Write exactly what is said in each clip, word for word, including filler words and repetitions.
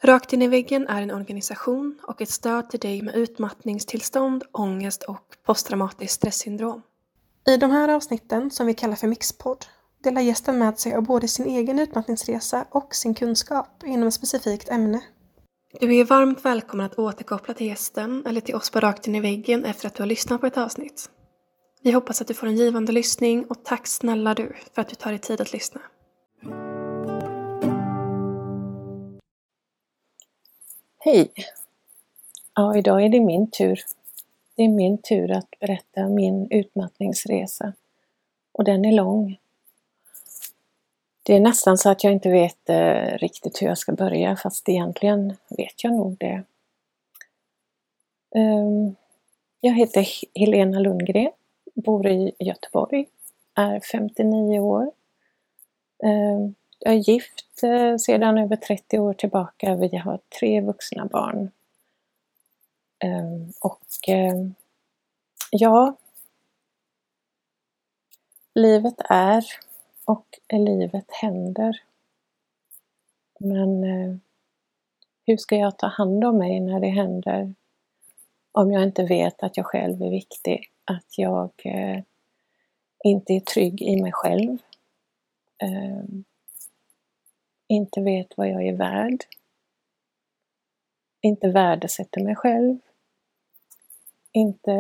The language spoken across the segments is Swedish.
Rakt in i väggen är en organisation och ett stöd till dig med utmattningstillstånd, ångest och posttraumatiskt stresssyndrom. I de här avsnitten, som vi kallar för mixpodd, delar gästen med sig av både sin egen utmattningsresa och sin kunskap inom ett specifikt ämne. Du är varmt välkommen att återkoppla till gästen eller till oss på Rakt in i väggen efter att du har lyssnat på ett avsnitt. Vi hoppas att du får en givande lyssning och tack snälla du för att du tar dig tid att lyssna. Hej! Ja, idag är det min tur. Det är min tur att berätta min utmattningsresa. Och den är lång. Det är nästan så att jag inte vet eh, riktigt hur jag ska börja, fast egentligen vet jag nog det. Um, jag heter Helena Lundgren, bor i Göteborg, är femtionio år. Um, jag är gift eh, sedan över trettio år tillbaka. Vi har tre vuxna barn. Um, och um, ja, livet är och livet händer. Men uh, hur ska jag ta hand om mig när det händer? Om jag inte vet att jag själv är viktig. Att jag uh, inte är trygg i mig själv. Uh, inte vet vad jag är värd. Inte värdesätter mig själv. Inte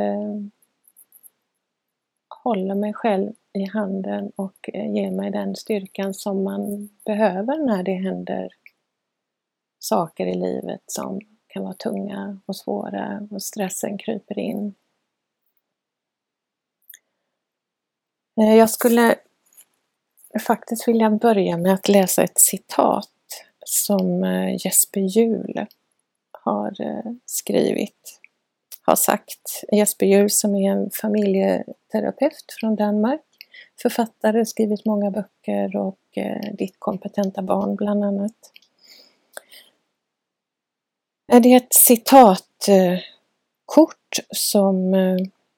håller mig själv i handen och ger mig den styrkan som man behöver när det händer saker i livet som kan vara tunga och svåra och stressen kryper in. Jag skulle faktiskt vilja börja med att läsa ett citat som Jesper Juhl har skrivit. Har sagt. Jesper Juhl som är en familjeterapeut från Danmark. Författare, skrivit många böcker och eh, Ditt kompetenta barn bland annat. Det är ett citatkort eh, som eh,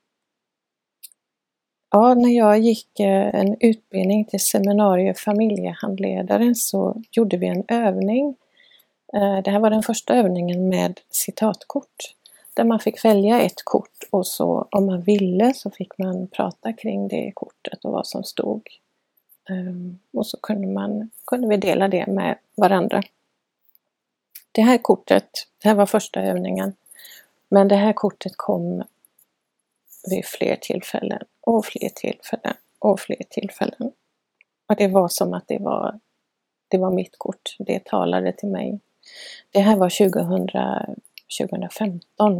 ja, när jag gick eh, en utbildning till seminarium familjehandledare så gjorde vi en övning. Eh, det här var den första övningen med citatkort. Där man fick välja ett kort och så om man ville så fick man prata kring det kortet och vad som stod. Um, och så kunde, man, kunde vi dela det med varandra. Det här kortet, det här var första övningen. Men det här kortet kom vid fler tillfällen och fler tillfällen och fler tillfällen. Och det var som att det var, det var mitt kort, det talade till mig. Det här var tjugohundrafemton.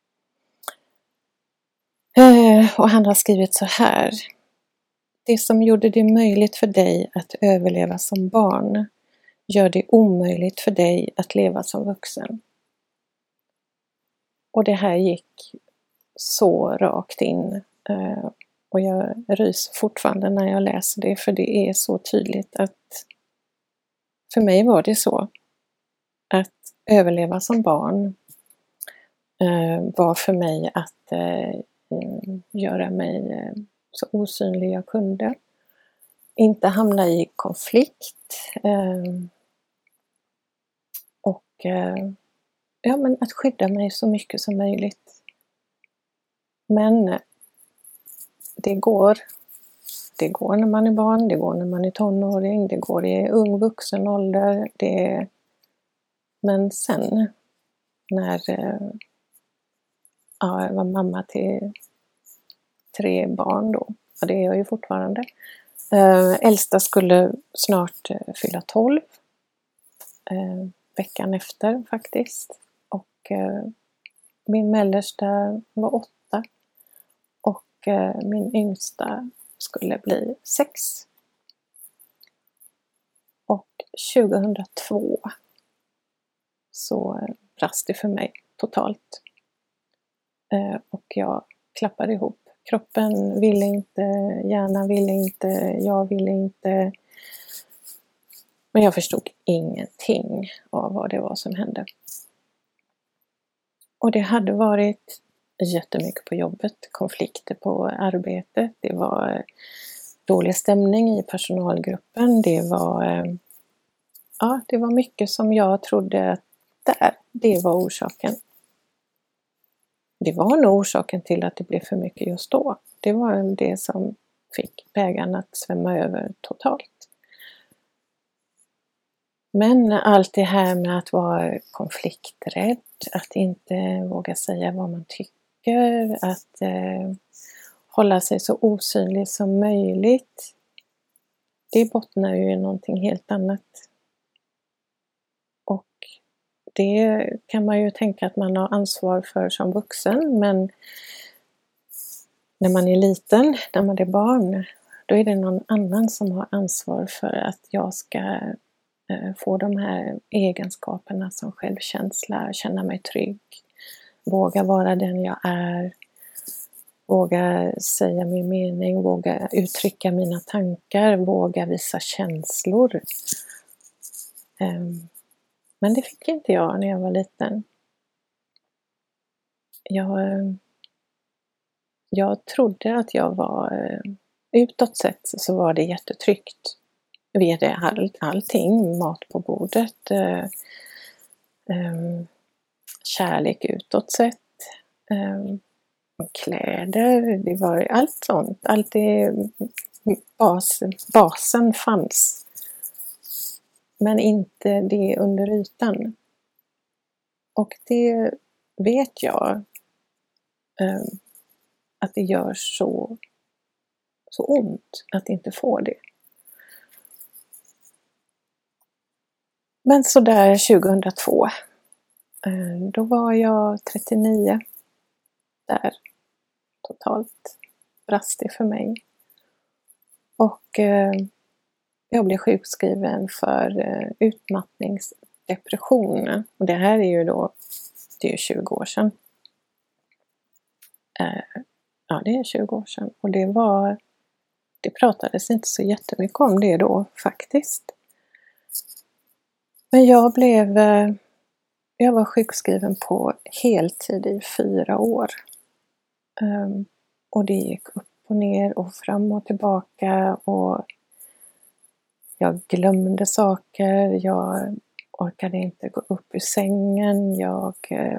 Eh, och han har skrivit så här. Det som gjorde det möjligt för dig att överleva som barn gör det omöjligt för dig att leva som vuxen. Och det här gick så rakt in. Eh, och jag ryser fortfarande när jag läser det, för det är så tydligt att för mig var det så. Att överleva som barn eh, var för mig att eh, göra mig eh, så osynlig jag kunde. Inte hamna i konflikt. Eh, och eh, ja, men att skydda mig så mycket som möjligt. Men det går. Det går när man är barn, det går när man är tonåring, det går i ung vuxen ålder. Det Men sen när ja, jag var mamma till tre barn då, och det är jag ju fortfarande. Äldsta skulle snart fylla tolv, veckan efter faktiskt. Och min mellersta var åtta och min yngsta skulle bli sex. Och tjugohundratvå så brast det för mig totalt. Eh, och jag klappade ihop. Kroppen ville inte, hjärnan ville inte, jag ville inte. Men jag förstod ingenting av vad det var som hände. Och det hade varit jättemycket på jobbet, konflikter på arbetet. Det var dålig stämning i personalgruppen. Det var, ja, det var mycket som jag trodde att där, det var orsaken. Det var nog orsaken till att det blev för mycket just då. Det var det som fick bägaren att svämma över totalt. Men allt det här med att vara konflikträdd, att inte våga säga vad man tycker, att eh, hålla sig så osynlig som möjligt, det bottnar ju i någonting helt annat. Och det kan man ju tänka att man har ansvar för som vuxen, men när man är liten, när man är barn, då är det någon annan som har ansvar för att jag ska eh, få de här egenskaperna som självkänsla, känna mig trygg, våga vara den jag är, våga säga min mening, våga uttrycka mina tankar, våga visa känslor. Um, men det fick inte jag när jag var liten. Jag, jag trodde att jag var, utåt sett så var det jättetryggt. Vi hade all, allting, mat på bordet, uh, um, kärlek utåt sett, um, kläder, det var allt sånt. Allt det, bas, basen fanns. Men inte det under ytan. Och det vet jag eh, att det gör så, så ont att inte få det. Men så där tjugohundratvå, eh, då var jag trettionio. Där totalt brast det för mig. Och eh, jag blev sjukskriven för eh, utmattningsdepression. Och det här är ju då, det är ju tjugo år sedan. Eh, ja, det är tjugo år sedan. Och det var, det pratades inte så jättemycket om det då faktiskt. Men jag blev, eh, jag var sjukskriven på heltid i fyra år. Um, och det gick upp och ner och fram och tillbaka, och jag glömde saker, jag orkade inte gå upp ur sängen, jag eh,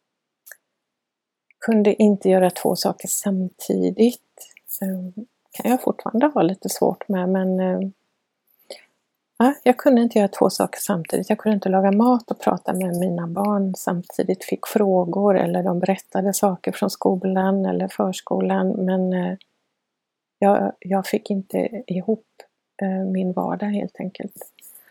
kunde inte göra två saker samtidigt. Um, kan jag fortfarande ha lite svårt med, men eh, ja, jag kunde inte göra två saker samtidigt. Jag kunde inte laga mat och prata med mina barn samtidigt, fick frågor eller de berättade saker från skolan eller förskolan, men eh, jag, jag fick inte ihop eh, min vardag helt enkelt.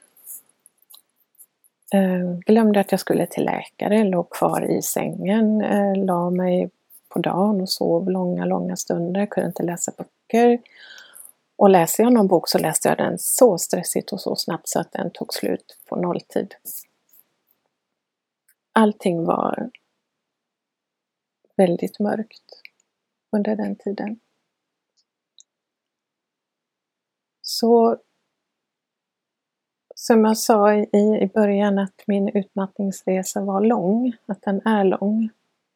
Eh, glömde att jag skulle till läkare, låg kvar i sängen, eh, la mig på dagen och sov långa, långa stunder, kunde inte läsa böcker. Och läser jag någon bok så läste jag den så stressigt och så snabbt så att den tog slut på nolltid. Allting var väldigt mörkt under den tiden. Så som jag sa i, i början, att min utmattningsresa var lång, att den är lång.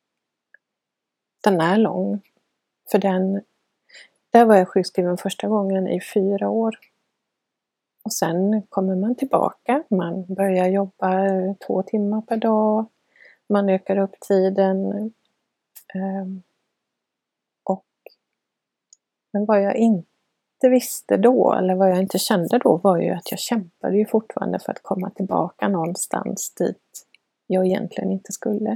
Den är lång, för den Där var jag sjukskriven första gången i fyra år. Och sen kommer man tillbaka. Man börjar jobba två timmar per dag. Man ökar upp tiden. Och men vad jag inte visste då, eller vad jag inte kände då, var ju att jag kämpade ju fortfarande för att komma tillbaka någonstans dit jag egentligen inte skulle.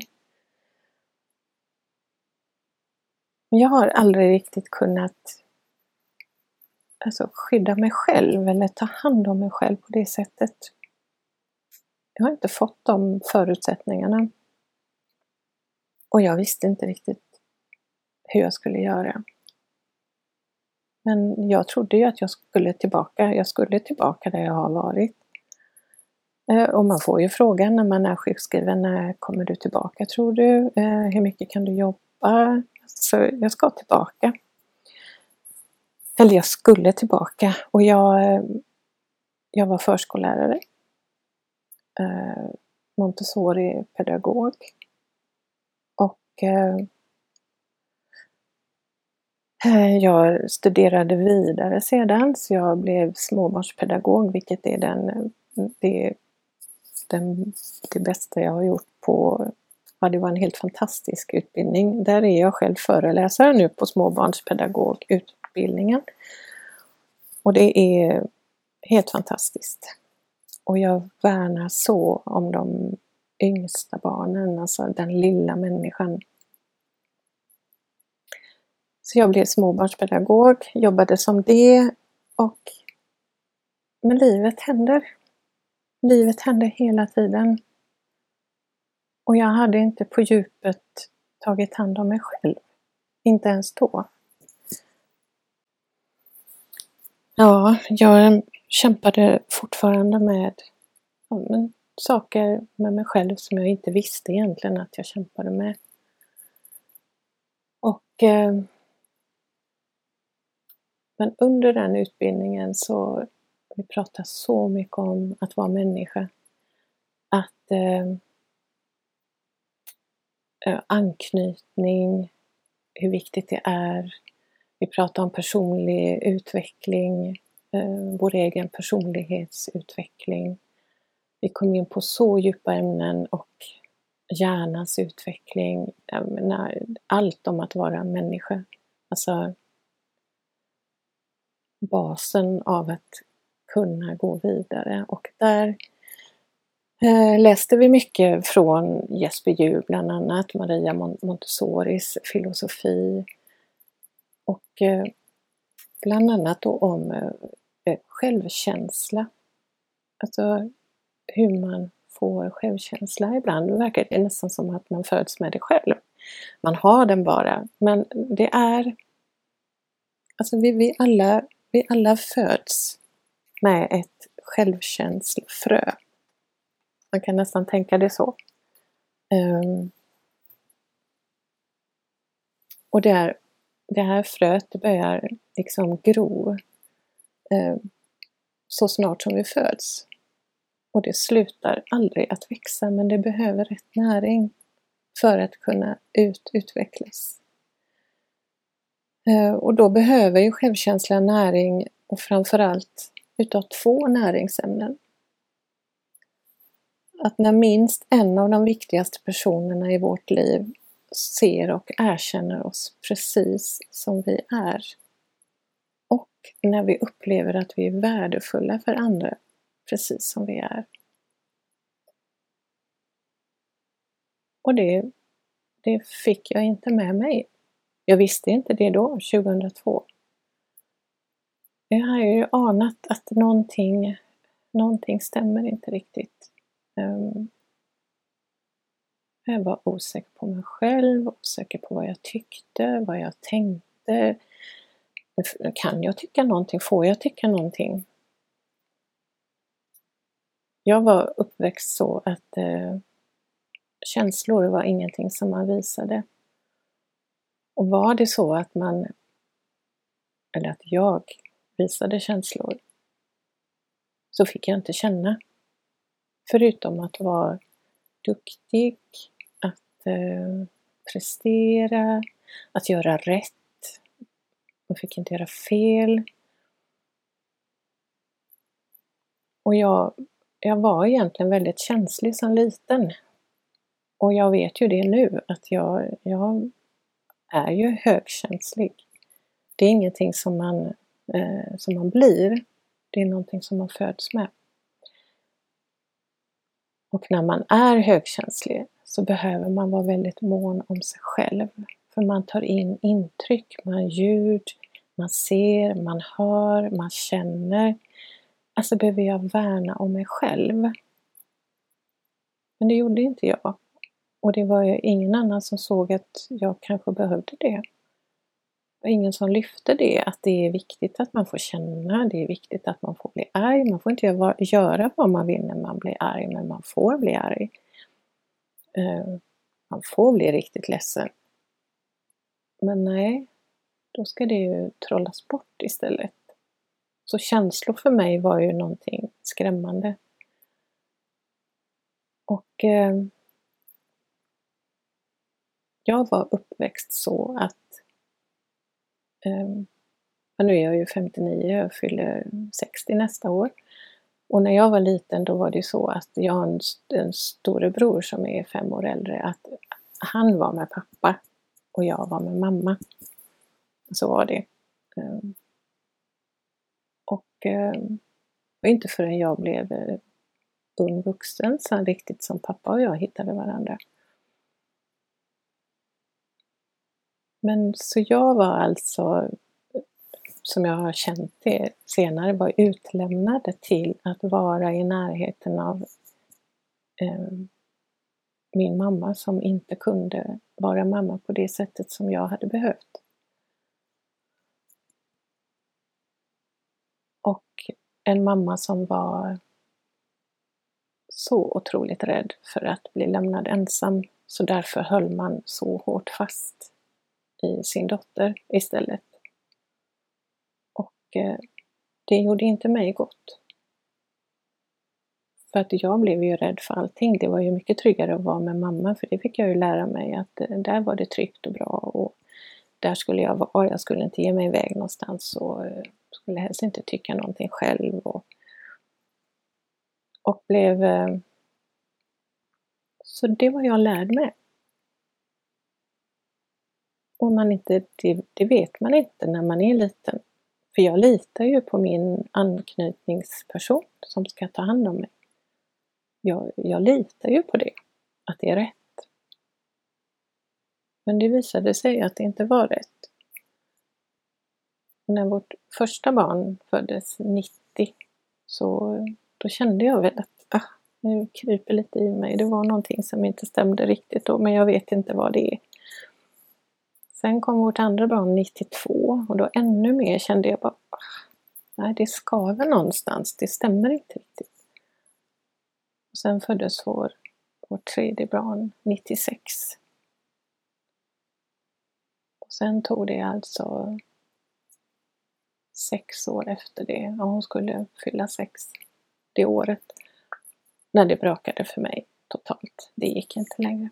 Men jag har aldrig riktigt kunnat Alltså skydda mig själv eller ta hand om mig själv på det sättet. Jag har inte fått de förutsättningarna. Och jag visste inte riktigt hur jag skulle göra. Men jag trodde ju att jag skulle tillbaka. Jag skulle tillbaka där jag har varit. Och man får ju frågan när man är sjukskriven: när kommer du tillbaka, tror du? Hur mycket kan du jobba? Så jag ska tillbaka. Eller jag skulle tillbaka, och jag, jag var förskollärare, eh, Montessori-pedagog, och eh, jag studerade vidare sedan, så jag blev småbarnspedagog, vilket är den, det den, det bästa jag har gjort på, ja, det var en helt fantastisk utbildning. Där är jag själv föreläsare nu på småbarnspedagogutbildningen. Och det är helt fantastiskt. Och jag värnar så om de yngsta barnen, alltså den lilla människan. Så jag blev småbarnspedagog, jobbade som det, och men livet händer. Livet händer hela tiden. Och jag hade inte på djupet tagit hand om mig själv. Inte ens då. Ja, jag kämpade fortfarande med ja, men, saker med mig själv som jag inte visste egentligen att jag kämpade med. Och eh, men under den utbildningen så vi pratar så mycket om att vara människa. Att eh, anknytning, hur viktigt det är. Vi pratar om personlig utveckling, eh, vår egen personlighetsutveckling. Vi kom in på så djupa ämnen och hjärnans utveckling. Jag menar, allt om att vara människa. Alltså basen av att kunna gå vidare. Och där eh, läste vi mycket från Jesper Juhl, bland annat Maria Montessoris filosofi. Och eh, bland annat då om eh, självkänsla. Alltså hur man får självkänsla ibland. Det verkar det nästan som att man föds med det själv. Man har den bara. Men det är... Alltså vi, vi, alla, vi alla föds med ett självkänslefrö. Man kan nästan tänka det så. Um, och det, är, det här fröet det börjar liksom gro um, så snart som vi föds. Och det slutar aldrig att växa, men det behöver rätt näring för att kunna ut, utvecklas. Uh, och då behöver ju självkänslan näring, och framförallt utav två näringsämnen. Att när minst en av de viktigaste personerna i vårt liv ser och erkänner oss precis som vi är. Och när vi upplever att vi är värdefulla för andra precis som vi är. Och det, det fick jag inte med mig. Jag visste inte det då, tjugohundratvå. Jag har ju anat att någonting, någonting stämmer inte riktigt. Um, jag var osäker på mig själv, osäker på vad jag tyckte, vad jag tänkte. Kan jag tycka någonting? Får jag tycka någonting? Jag var uppväxt så att eh, känslor var ingenting som man visade. Och var det så att man, eller att jag visade känslor, så fick jag inte känna. Förutom att vara duktig, att eh, prestera, att göra rätt. Jag fick inte göra fel. Och jag, jag var egentligen väldigt känslig som liten. Och jag vet ju det nu, att jag, jag är ju högkänslig. Det är ingenting som man, eh, som man blir. Det är någonting som man föds med. Och när man är högkänslig så behöver man vara väldigt mån om sig själv. För man tar in intryck, man ljud, man ser, man hör, man känner. Alltså behöver jag värna om mig själv. Men det gjorde inte jag. Och det var ju ingen annan som såg att jag kanske behövde det. Och ingen som lyfte det, att det är viktigt att man får känna, det är viktigt att man får bli arg. Man får inte göra vad man vill när man blir arg, men man får bli arg. Man får bli riktigt ledsen. Men nej, då ska det ju trollas bort istället. Så känslor för mig var ju någonting skrämmande. Och eh, jag var uppväxt så att Um, nu är jag ju femtionio, jag fyller sextio nästa år. Och när jag var liten då var det så att jag har en, en storebror som är fem år äldre, att han var med pappa och jag var med mamma. Så var det. Och det var inte förrän jag blev ung vuxen så riktigt som pappa och jag hittade varandra. Men så jag var alltså, som jag har känt det senare, var utlämnad till att vara i närheten av eh, min mamma som inte kunde vara mamma på det sättet som jag hade behövt. Och en mamma som var så otroligt rädd för att bli lämnad ensam, så därför höll man så hårt fast i sin dotter istället. Och eh, det gjorde inte mig gott. För att jag blev ju rädd för allting. Det var ju mycket tryggare att vara med mamma, för det fick jag ju lära mig att eh, där var det tryggt och bra och där skulle jag vara. Jag skulle inte ge mig iväg någonstans och eh, skulle helst inte tycka någonting själv. Och, och blev... Eh, så det var jag lärd med. Och man inte, det, det vet man inte när man är liten. För jag litar ju på min anknytningsperson som ska ta hand om mig. Jag, jag litar ju på det, att det är rätt. Men det visade sig att det inte var rätt. När vårt första barn föddes nittio, så då kände jag väl att ah, nu kryper lite i mig. Det var någonting som inte stämde riktigt då, men jag vet inte vad det är. Sen kom vårt andra barn nittiotvå och då ännu mer kände jag bara, nej, det skaver någonstans, det stämmer inte riktigt. Och sen föddes vår, vår tredje barn nittiosex. Och sen tog det alltså sex år efter det, och hon skulle fylla sex det året, när det brakade för mig totalt. Det gick inte längre.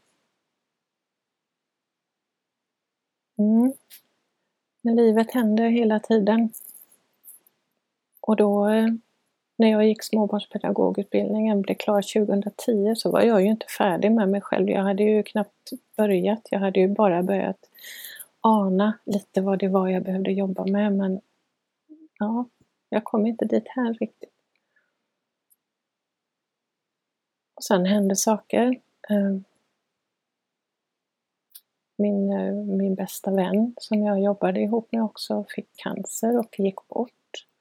Mm. Men livet hände hela tiden. Och då när jag gick småbarnspedagogutbildningen, blev klar tjugohundratio, så var jag ju inte färdig med mig själv. Jag hade ju knappt börjat. Jag hade ju bara börjat ana lite vad det var jag behövde jobba med. Men ja, jag kom inte dit här riktigt. Och sen hände saker. Min, min bästa vän som jag jobbade ihop med också fick cancer och gick bort.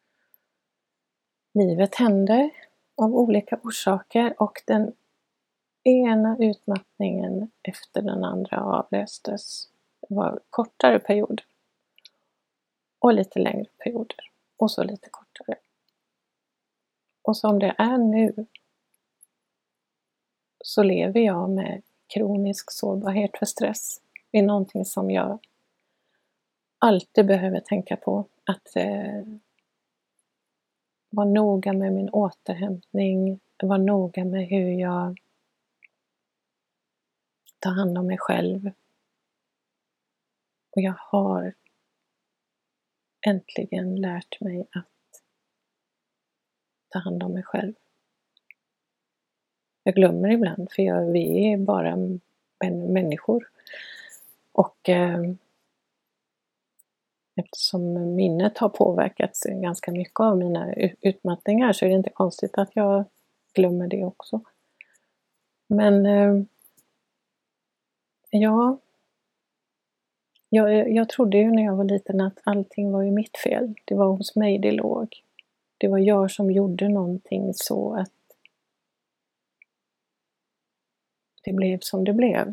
Livet hände av olika orsaker och den ena utmattningen efter den andra avlöstes. Det var kortare perioder och lite längre perioder och så lite kortare. Och som det är nu så lever jag med kronisk sårbarhet för stress. Det är någonting som jag alltid behöver tänka på. Att eh, vara noga med min återhämtning. Vara noga med hur jag tar hand om mig själv. Och jag har äntligen lärt mig att ta hand om mig själv. Jag glömmer ibland, för jag, vi är bara människor. Och eh, eftersom minnet har påverkats ganska mycket av mina utmattningar, så är det inte konstigt att jag glömmer det också. Men eh, ja, jag, jag trodde ju när jag var liten att allting var ju mitt fel. Det var hos mig det låg. Det var jag som gjorde någonting så att det blev som det blev.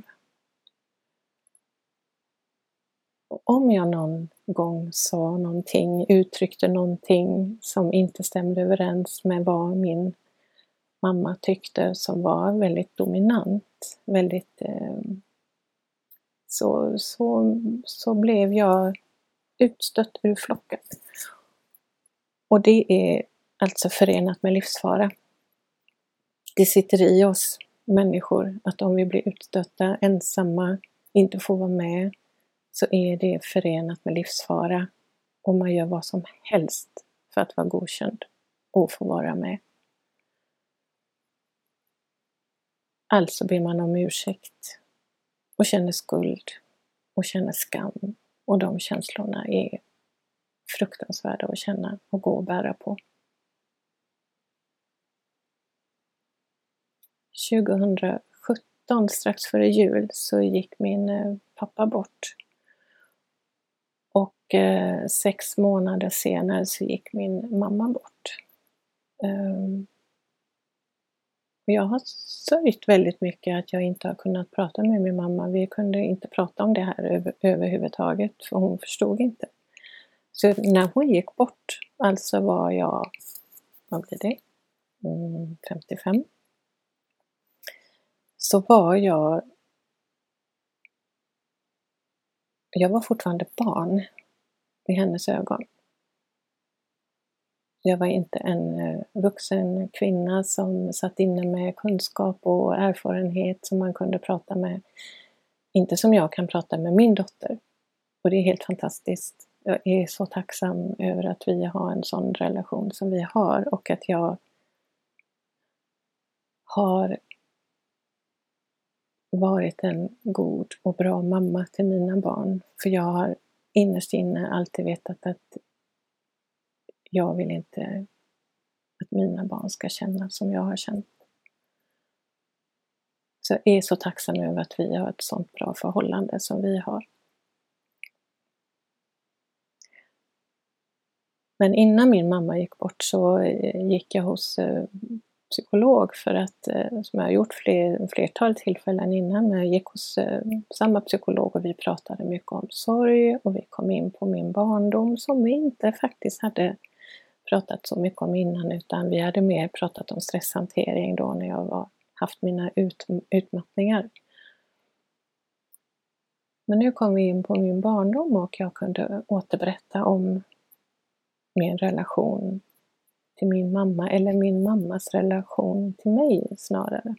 Om jag någon gång sa någonting, uttryckte någonting som inte stämde överens med vad min mamma tyckte, som var väldigt dominant, väldigt eh, så, så, så blev jag utstött ur flocken. Och det är alltså förenat med livsfara. Det sitter i oss människor att om vi blir utstötta, ensamma, inte får vara med, så är det förenat med livsfara, och man gör vad som helst för att vara godkänd och få vara med. Alltså ber man om ursäkt och känner skuld och känner skam. Och de känslorna är fruktansvärda att känna och gå och bära på. tjugohundrasjutton, strax före jul, så gick min pappa bort. Och eh, sex månader senare så gick min mamma bort. Um, jag har sörjt väldigt mycket att jag inte har kunnat prata med min mamma. Vi kunde inte prata om det här över, överhuvudtaget, för hon förstod inte. Så när hon gick bort, alltså var jag, vad blir det? Mm, femtiofem. Så var jag, jag var fortfarande barn i hennes ögon. Jag var inte en vuxen kvinna som satt inne med kunskap och erfarenhet som man kunde prata med. Inte som jag kan prata med min dotter. Och det är helt fantastiskt. Jag är så tacksam över att vi har en sån relation som vi har. Och att jag har varit en god och bra mamma till mina barn. För jag har innerst inne alltid vetat att jag vill inte att mina barn ska känna som jag har känt. Så jag är så tacksam över att vi har ett sånt bra förhållande som vi har. Men innan min mamma gick bort så gick jag hos psykolog för att, som jag har gjort fler, flertal tillfällen innan, men jag gick hos samma psykolog och vi pratade mycket om sorg och vi kom in på min barndom som vi inte faktiskt hade pratat så mycket om innan, utan vi hade mer pratat om stresshantering då när jag var, haft mina ut, utmattningar. Men nu kom vi in på min barndom och jag kunde återberätta om min relation till min mamma, eller min mammas relation till mig snarare.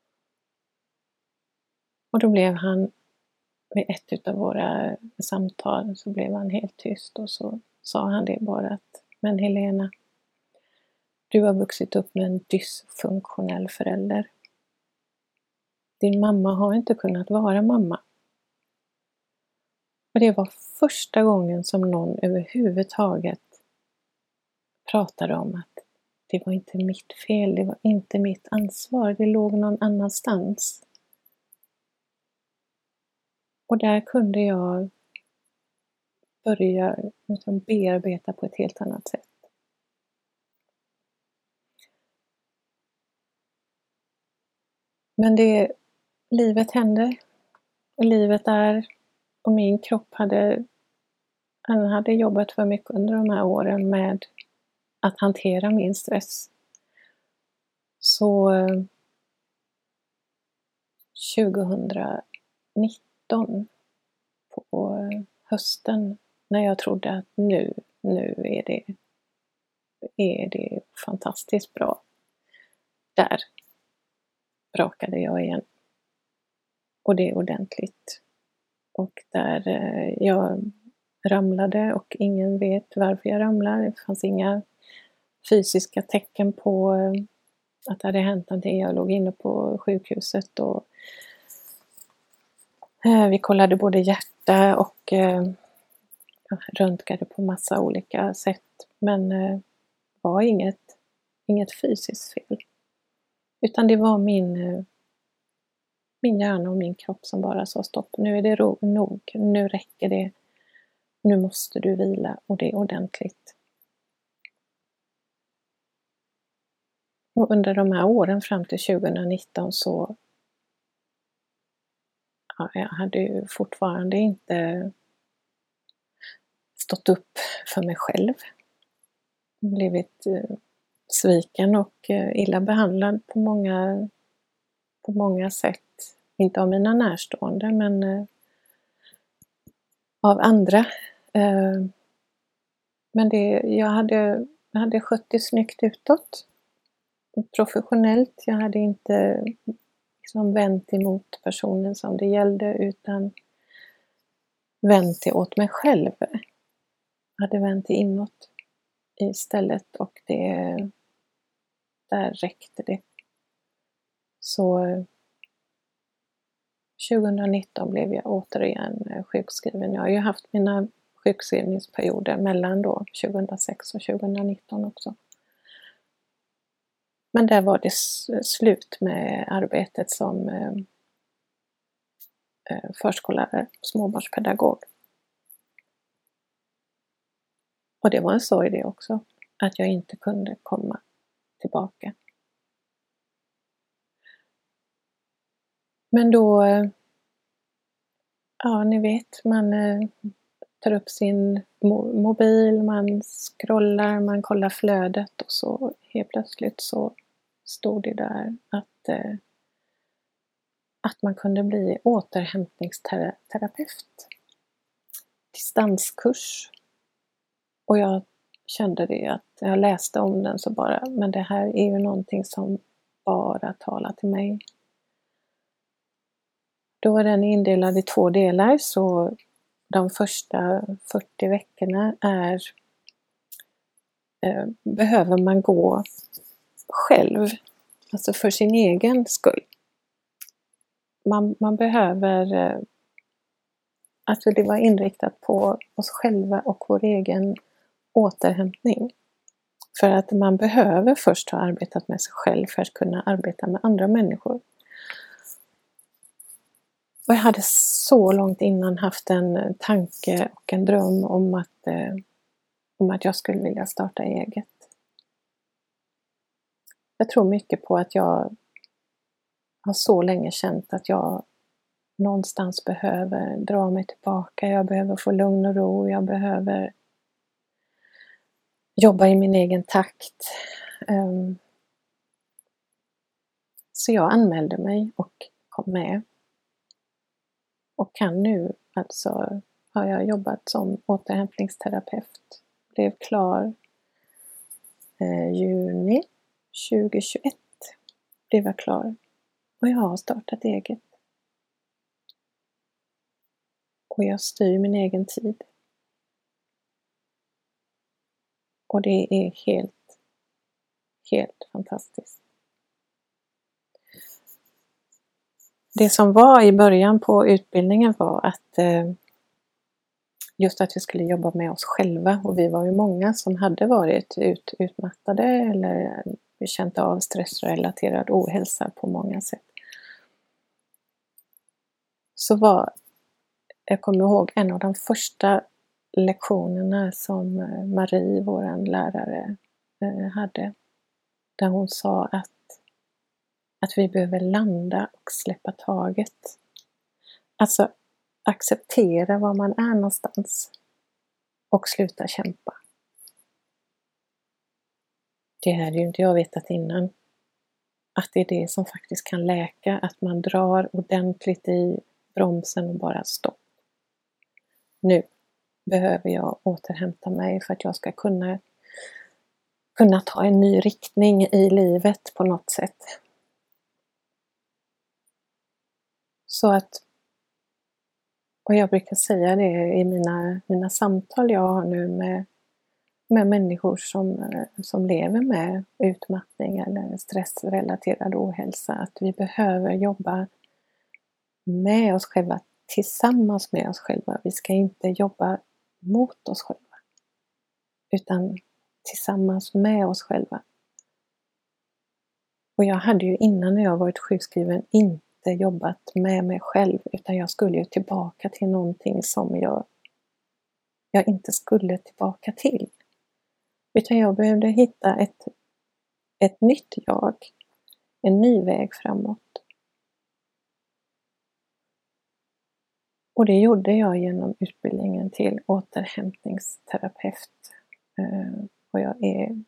Och då blev han, vid ett av våra samtal så blev han helt tyst och så sa han det bara att, men Helena, du har vuxit upp med en dysfunktionell förälder. Din mamma har inte kunnat vara mamma. Och det var första gången som någon överhuvudtaget pratade om att det var inte mitt fel, det var inte mitt ansvar, det låg någon annanstans. Och där kunde jag börja liksom bearbeta på ett helt annat sätt. Men det, livet hände och livet är, och min kropp hade, han hade jobbat för mycket under de här åren med att hantera min stress. Så tjugohundranitton på hösten, när jag trodde att nu, nu är det, är det fantastiskt bra, där brakade jag igen. Och det är ordentligt. Och där jag ramlade och ingen vet varför jag ramlade. Det fanns inga fysiska tecken på att det hade hänt någonting. Jag låg inne på sjukhuset och vi kollade både hjärta och röntgade på massa olika sätt. Men det var inget, inget fysiskt fel. Utan det var min, min hjärna och min kropp som bara sa stopp. Nu är det ro, nog, nu räcker det. Nu måste du vila och det är ordentligt. Och under de här åren fram till tjugohundranitton så ja, jag hade ju fortfarande inte stått upp för mig själv. Blivit eh, sviken och eh, illa behandlad på många, på många sätt. Inte av mina närstående men eh, av andra. Eh, men det, jag, hade, jag hade skött det snyggt utåt. Professionellt. Jag hade inte liksom vänt emot personen som det gällde utan vänt det åt mig själv. Jag hade vänt det inåt istället och det, där räckte det. Så tjugonitton blev jag återigen sjukskriven. Jag har ju haft mina sjukskrivningsperioder mellan då tjugohundrasex och tjugonitton också. Men där var det slut med arbetet som förskollärare, småbarnspedagog. Och det var en sorg det också, att jag inte kunde komma tillbaka. Men då, ja ni vet, man tar upp sin mobil, man scrollar, man kollar flödet och så helt plötsligt så stod det där att, att man kunde bli återhämtningsterapeut. Distanskurs. Och jag kände det att jag läste om den så bara, men det här är ju någonting som bara talar till mig. Då är den indelad i två delar, så de första fyrtio veckorna är eh, behöver man gå själv, alltså för sin egen skull. Man, man behöver, eh, alltså det var inriktat på oss själva och vår egen återhämtning. För att man behöver först ha arbetat med sig själv för att kunna arbeta med andra människor. Och jag hade så långt innan haft en tanke och en dröm om att, eh, om att jag skulle vilja starta eget. Jag tror mycket på att jag har så länge känt att jag någonstans behöver dra mig tillbaka. Jag behöver få lugn och ro. Jag behöver jobba i min egen takt. Um, så jag anmälde mig och kom med. Och kan nu, alltså har jag jobbat som återhämtningsterapeut. Blev klar eh, juni tjugohundratjugoett. Blev jag klar. Och jag har startat eget. Och jag styr min egen tid. Och det är helt, helt fantastiskt. Det som var i början på utbildningen var att eh, just att vi skulle jobba med oss själva. Och vi var ju många som hade varit ut, utmattade eller vi känt av stressrelaterad ohälsa på många sätt. Så var, jag kommer ihåg en av de första lektionerna som Marie, våran lärare, hade. Där hon sa att, att vi behöver landa och släppa taget. Alltså acceptera var man är någonstans. Och sluta kämpa. Det hade ju inte jag vetat innan. Att det är det som faktiskt kan läka. Att man drar ordentligt i bromsen och bara stopp. Nu behöver jag återhämta mig för att jag ska kunna, kunna ta en ny riktning i livet på något sätt. Så att, och jag brukar säga det i mina, mina samtal jag har nu med, med människor som, som lever med utmattning eller stressrelaterad ohälsa, att vi behöver jobba med oss själva, tillsammans med oss själva. Vi ska inte jobba mot oss själva, utan tillsammans med oss själva. Och jag hade ju innan när jag varit sjukskriven inte jobbat med mig själv, utan jag skulle ju tillbaka till någonting som jag, jag inte skulle tillbaka till. Utan jag behövde hitta ett, ett nytt jag, en ny väg framåt. Och det gjorde jag genom utbildningen till återhämtningsterapeut. Och jag är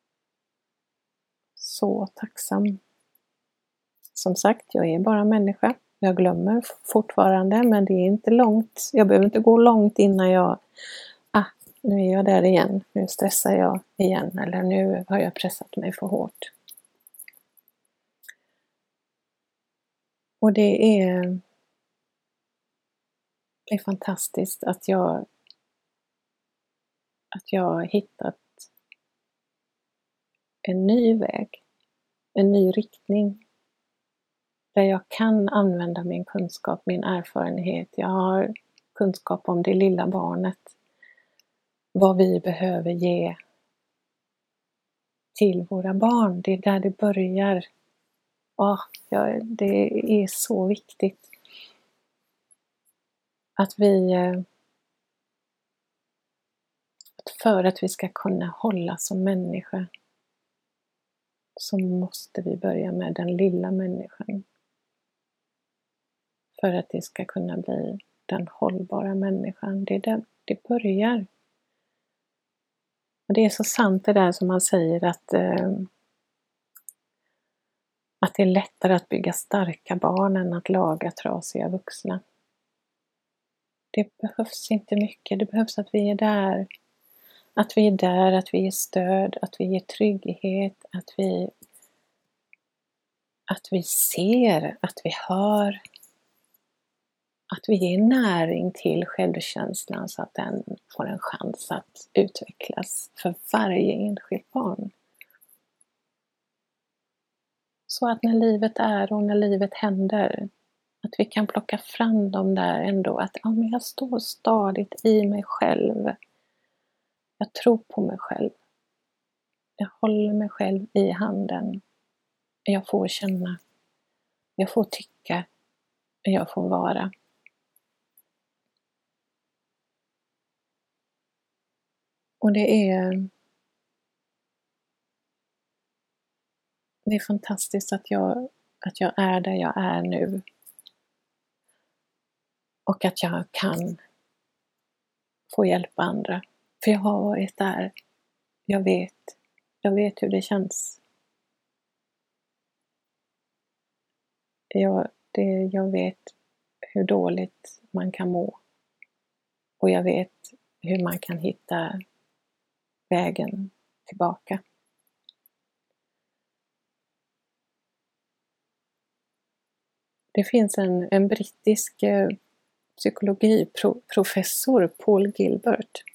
så tacksam. Som sagt, jag är bara människa. Jag glömmer fortfarande, men det är inte långt. Jag behöver inte gå långt innan jag, ah, nu är jag där igen. Nu stressar jag igen, eller nu har jag pressat mig för hårt. Och det är, det är fantastiskt att jag, att jag har hittat en ny väg, en ny riktning. Där jag kan använda min kunskap, min erfarenhet. Jag har kunskap om det lilla barnet. Vad vi behöver ge till våra barn. Det är där det börjar. Ja, det är så viktigt. Att vi... För att vi ska kunna hålla som människa så måste vi börja med den lilla människan. För att det ska kunna bli den hållbara människan. Det är där det börjar. Och det är så sant det där som man säger att, eh, att det är lättare att bygga starka barn än att laga trasiga vuxna. Det behövs inte mycket. Det behövs att vi är där. Att vi är där, att vi ger stöd, att vi ger trygghet, att vi, att vi ser, att vi hör. Att vi ger näring till självkänslan så att den får en chans att utvecklas för varje enskilt barn. Så att när livet är och när livet händer, att vi kan plocka fram dem där ändå. Att ja, men jag står stadigt i mig själv. Jag tror på mig själv. Jag håller mig själv i handen. Jag får känna. Jag får tycka. Jag får vara. Och det är... Det är fantastiskt att jag, att jag är där jag är nu. Och att jag kan få hjälpa andra. För jag har varit där. Jag vet. Jag vet hur det känns. Jag, det, jag vet hur dåligt man kan må. Och jag vet hur man kan hitta vägen tillbaka. Det finns en, en brittisk eh, psykologiprofessor, Paul Gilbert.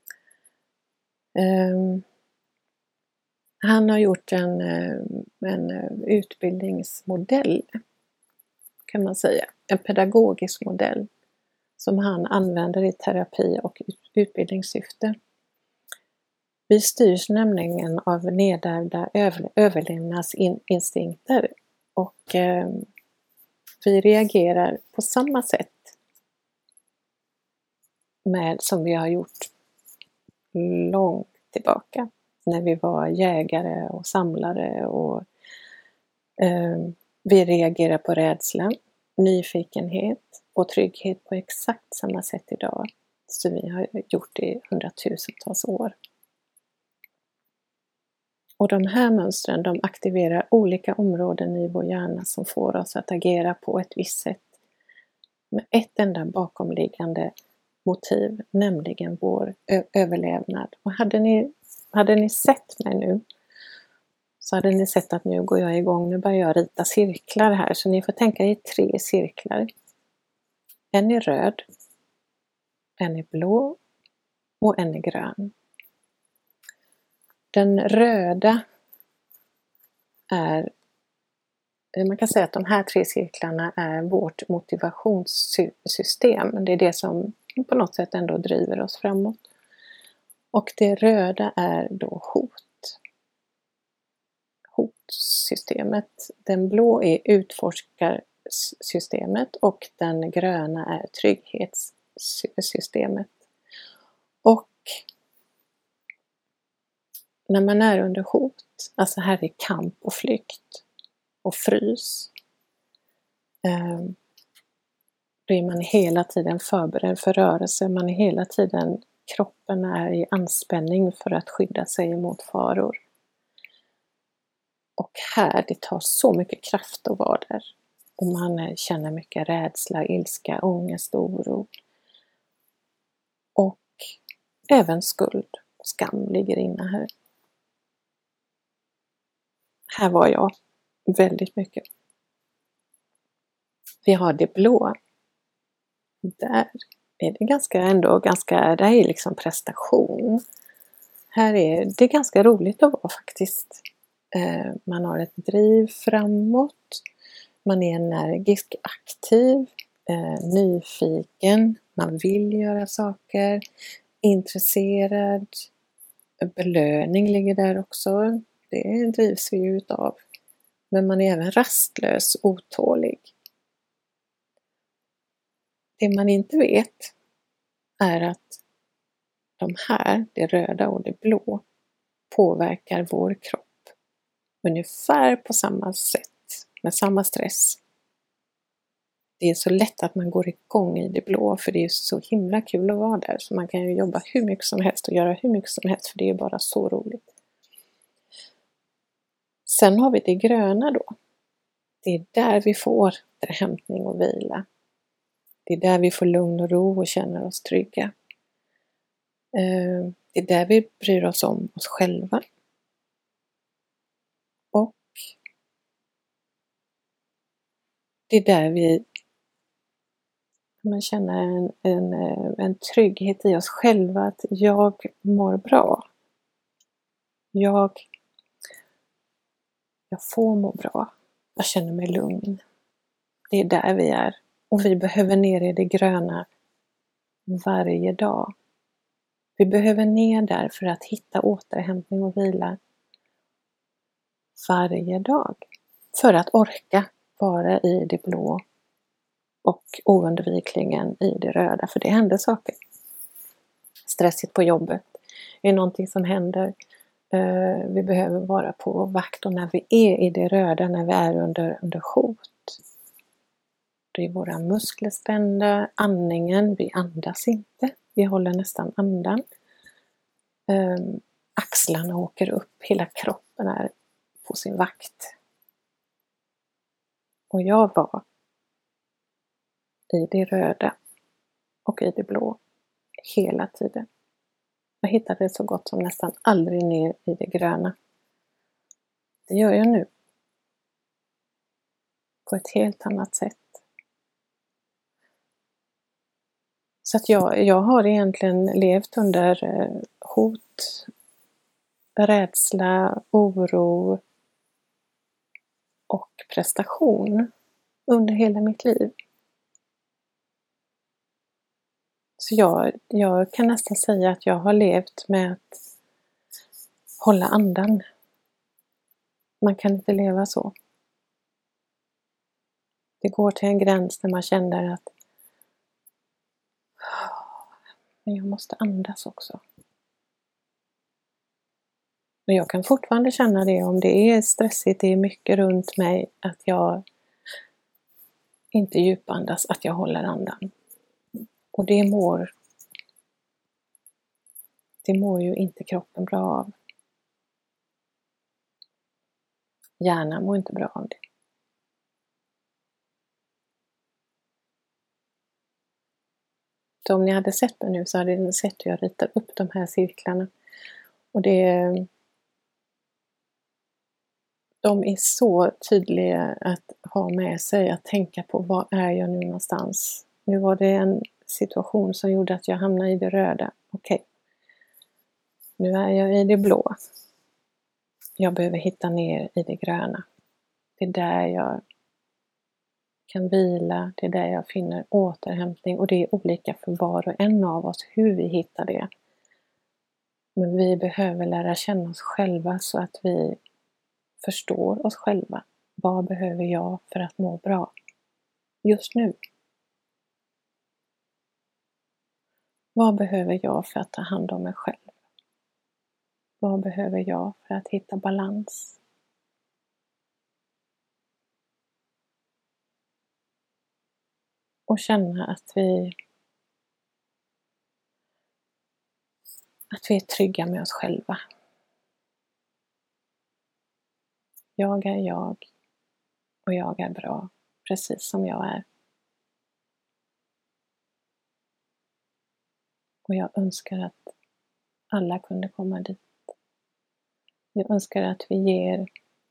Um, han har gjort en, en utbildningsmodell, kan man säga. En pedagogisk modell som han använder i terapi och utbildningssyfte. Vi styrs nämligen av nedärvda överlevnadsinstinkter och eh, vi reagerar på samma sätt med, som vi har gjort långt tillbaka. När vi var jägare och samlare och eh, vi reagerar på rädsla, nyfikenhet och trygghet på exakt samma sätt idag som vi har gjort i hundratusentals år. Och de här mönstren, de aktiverar olika områden i vår hjärna som får oss att agera på ett visst sätt med ett enda bakomliggande motiv, nämligen vår överlevnad. Och hade ni, hade ni sett mig nu så hade ni sett att nu går jag igång, nu börjar jag rita cirklar här, så ni får tänka i tre cirklar. En är röd, en är blå och en är grön. Den röda är, man kan säga att de här tre cirklarna är vårt motivationssystem. Det är det som på något sätt ändå driver oss framåt. Och det röda är då hot. Hotsystemet. Den blå är utforskarsystemet och den gröna är trygghetssystemet. Och när man är under hot, alltså här är kamp och flykt och frys, då är man hela tiden förberedd för rörelse. Man är hela tiden, kroppen är i anspänning för att skydda sig mot faror. Och här, det tar så mycket kraft att vara där. Och man känner mycket rädsla, ilska, ångest, oro. Och även skuld och skam ligger inne här. Här var jag väldigt mycket. Vi har det blå. Där är det ganska ändå ganska, det är liksom prestation. Här är det ganska roligt att vara faktiskt. Eh, man har ett driv framåt. Man är energisk, aktiv, eh, nyfiken, man vill göra saker, intresserad, belöning ligger där också. Det drivs vi ju utav. Men man är även rastlös, otålig. Det man inte vet är att de här, det röda och det blå, påverkar vår kropp ungefär på samma sätt, med samma stress. Det är så lätt att man går igång i det blå, för det är så himla kul att vara där. Så man kan ju jobba hur mycket som helst och göra hur mycket som helst, för det är bara så roligt. Sen har vi det gröna då. Det är där vi får återhämtning och vila. Det är där vi får lugn och ro och känner oss trygga. Det är där vi bryr oss om oss själva. Och det är där vi man känner en, en, en trygghet i oss själva, att jag mår bra. Jag, jag får må bra. Jag känner mig lugn. Det är där vi är. Och vi behöver ner i det gröna varje dag. Vi behöver ner där för att hitta återhämtning och vila varje dag. För att orka vara i det blå och oundvikligen i det röda. För det händer saker. Stressigt på jobbet är någonting som händer. Vi behöver vara på vakt, och när vi är i det röda, när vi är under, under hot. Då är våra muskler spända, andningen, vi andas inte. Vi håller nästan andan. Um, axlarna åker upp, hela kroppen är på sin vakt. Och jag var i det röda och i det blå hela tiden. Jag hittade så gott som nästan aldrig ner i det gröna. Det gör jag nu. På ett helt annat sätt. Så att jag, jag har egentligen levt under hot, rädsla, oro och prestation under hela mitt liv. Så jag, jag kan nästan säga att jag har levt med att hålla andan. Man kan inte leva så. Det går till en gräns när man känner att men jag måste andas också. Men jag kan fortfarande känna det om det är stressigt, det är mycket runt mig, att jag inte djupandas, att jag håller andan. Och det mår det mår ju inte kroppen bra av. Hjärnan mår inte bra av det. Så om ni hade sett mig nu så hade ni sett hur jag ritar upp de här cirklarna. Och det de är så tydliga att ha med sig, att tänka på var är jag nu någonstans. Nu var det en situation som gjorde att jag hamnade i det röda. Okej. Okay. Nu är jag i det blå. Jag behöver hitta ner i det gröna. Det är där jag kan vila. Det är där jag finner återhämtning. Och det är olika för var och en av oss hur vi hittar det. Men vi behöver lära känna oss själva så att vi förstår oss själva. Vad behöver jag för att må bra just nu? Vad behöver jag för att ta hand om mig själv? Vad behöver jag för att hitta balans? Och känna att vi att vi är trygga med oss själva. Jag är jag och jag är bra precis som jag är. Och jag önskar att alla kunde komma dit. Jag önskar att vi ger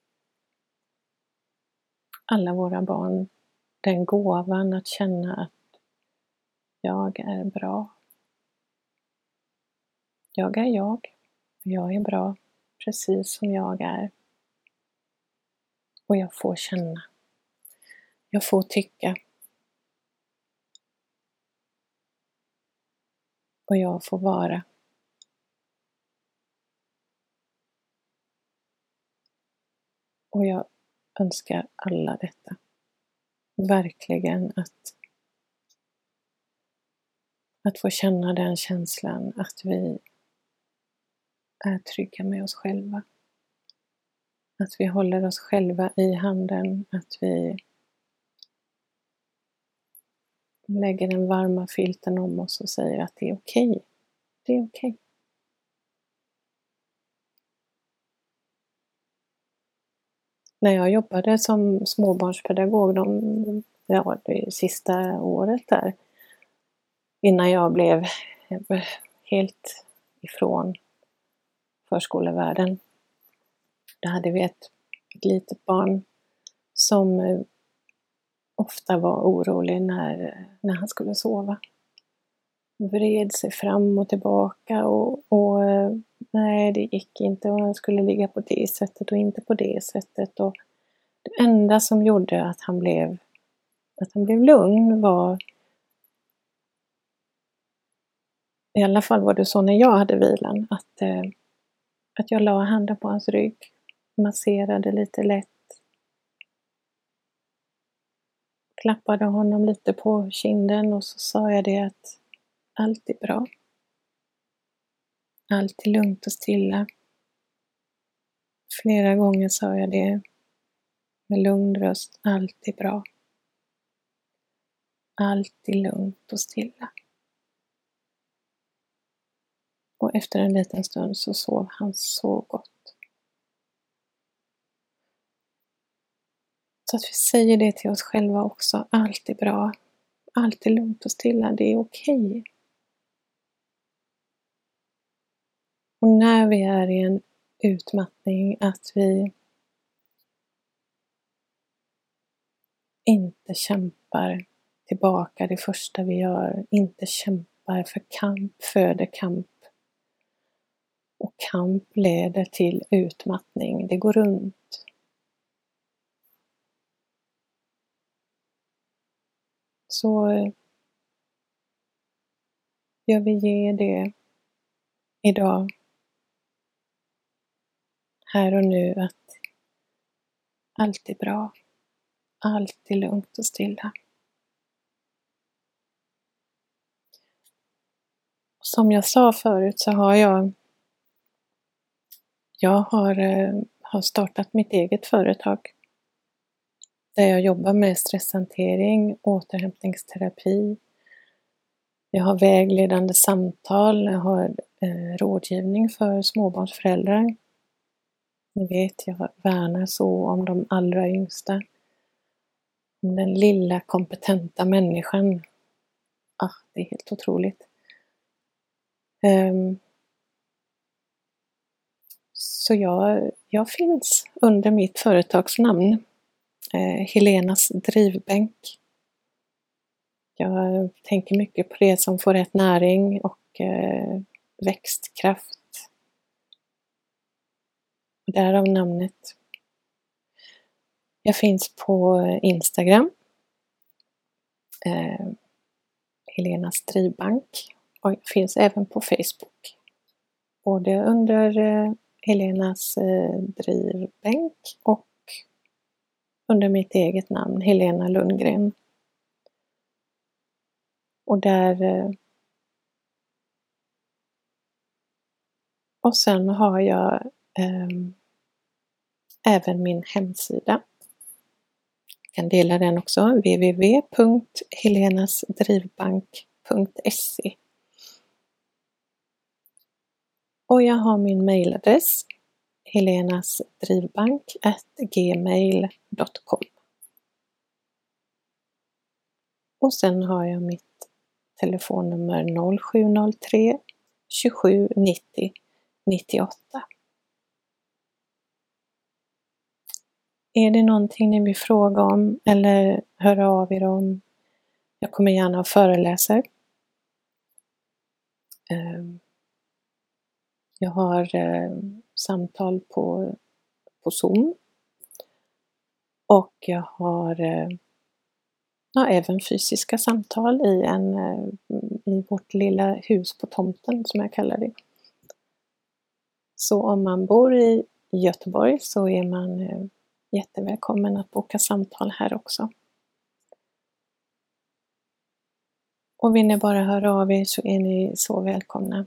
alla våra barn den gåvan att känna att jag är bra. Jag är jag och jag är bra precis som jag är. Och jag får känna. Jag får tycka. Och jag får vara. Och jag önskar alla detta. Verkligen att, att få känna den känslan att vi är trygga med oss själva. Att vi håller oss själva i handen. Att vi lägger den varma filten om oss och säger att det är okej. Det är okej. När jag jobbade som småbarnspedagog de, ja, det sista året där, innan jag blev helt ifrån förskolevärlden, då hade vi ett, ett litet barn som ofta var orolig när, när han skulle sova. Vred sig fram och tillbaka och, och nej, det gick inte och han skulle ligga på det sättet och inte på det sättet. Och det enda som gjorde att han blev, att han blev lugn var, i alla fall var det så när jag hade vilan, att, att jag la handen på hans rygg, masserade lite lätt, klappade honom lite på kinden och så sa jag det att allt är bra. Allt är lugnt och stilla. Flera gånger sa jag det med lugn röst. Allt är bra. Allt är lugnt och stilla. Och efter en liten stund så sov han så gott. Så att vi säger det till oss själva också. Allt är bra. Allt är lugnt och stilla. Det är okej. Och när vi är i en utmattning, att vi inte kämpar tillbaka det första vi gör. Inte kämpar, för kamp föder kamp. Och kamp leder till utmattning. Det går runt. Så jag vill ge det idag, här och nu, att allt är bra. Allt är lugnt och stilla. Som jag sa förut så har jag jag har, har startat mitt eget företag där jag jobbar med stresshantering, återhämtningsterapi. Jag har vägledande samtal, jag har eh, rådgivning för småbarnsföräldrar. Ni vet, jag värnar så om de allra yngsta. Om den lilla kompetenta människan. Ah, det är helt otroligt. Um, så jag, jag finns under mitt företagsnamn. Eh, Helenas drivbänk. Jag tänker mycket på det som får rätt näring och eh, växtkraft. Därav namnet. Jag finns på Instagram. Eh, Helenas drivbank. Och jag finns även på Facebook. Både under eh, Helenas eh, drivbänk och under mitt eget namn, Helena Lundgren. Och där eh, och sen har jag eh, även min hemsida. Jag kan dela den också, w w w punkt helenasdrivbank punkt se. Och jag har min mailadress helenasdrivbank at gmail punkt com. Och sen har jag mitt telefonnummer noll sju noll tre tjugosju nittio nittioåtta. Är det någonting ni vill fråga om eller höra av er om? Jag kommer gärna att föreläsa. Jag har samtal på, på Zoom. Och jag har ja, även fysiska samtal i, en, i vårt lilla hus på tomten som jag kallar det. Så om man bor i Göteborg så är man jättevälkommen att boka samtal här också. Och vill ni bara höra av er så är ni så välkomna.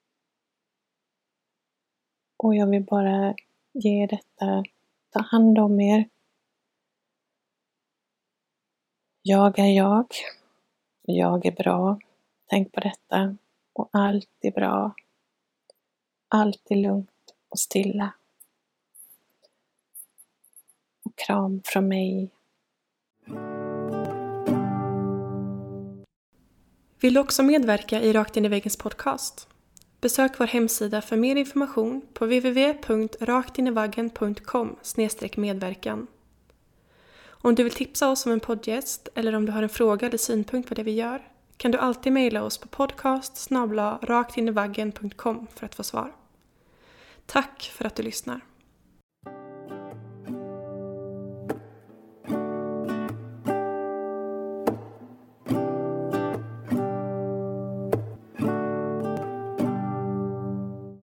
Och jag vill bara ge detta, ta hand om er. Jag är jag. Jag är bra. Tänk på detta. Och allt är bra. Allt är lugnt och stilla. Och kram från mig. Vill du också medverka i Rakt in i väggens podcast? Besök vår hemsida för mer information på w w w punkt raktinivaggen punkt com slash medverkan. Om du vill tipsa oss om en poddgäst eller om du har en fråga eller synpunkt på det vi gör kan du alltid mejla oss på podcast snabel-a raktinivaggen punkt com för att få svar. Tack för att du lyssnar.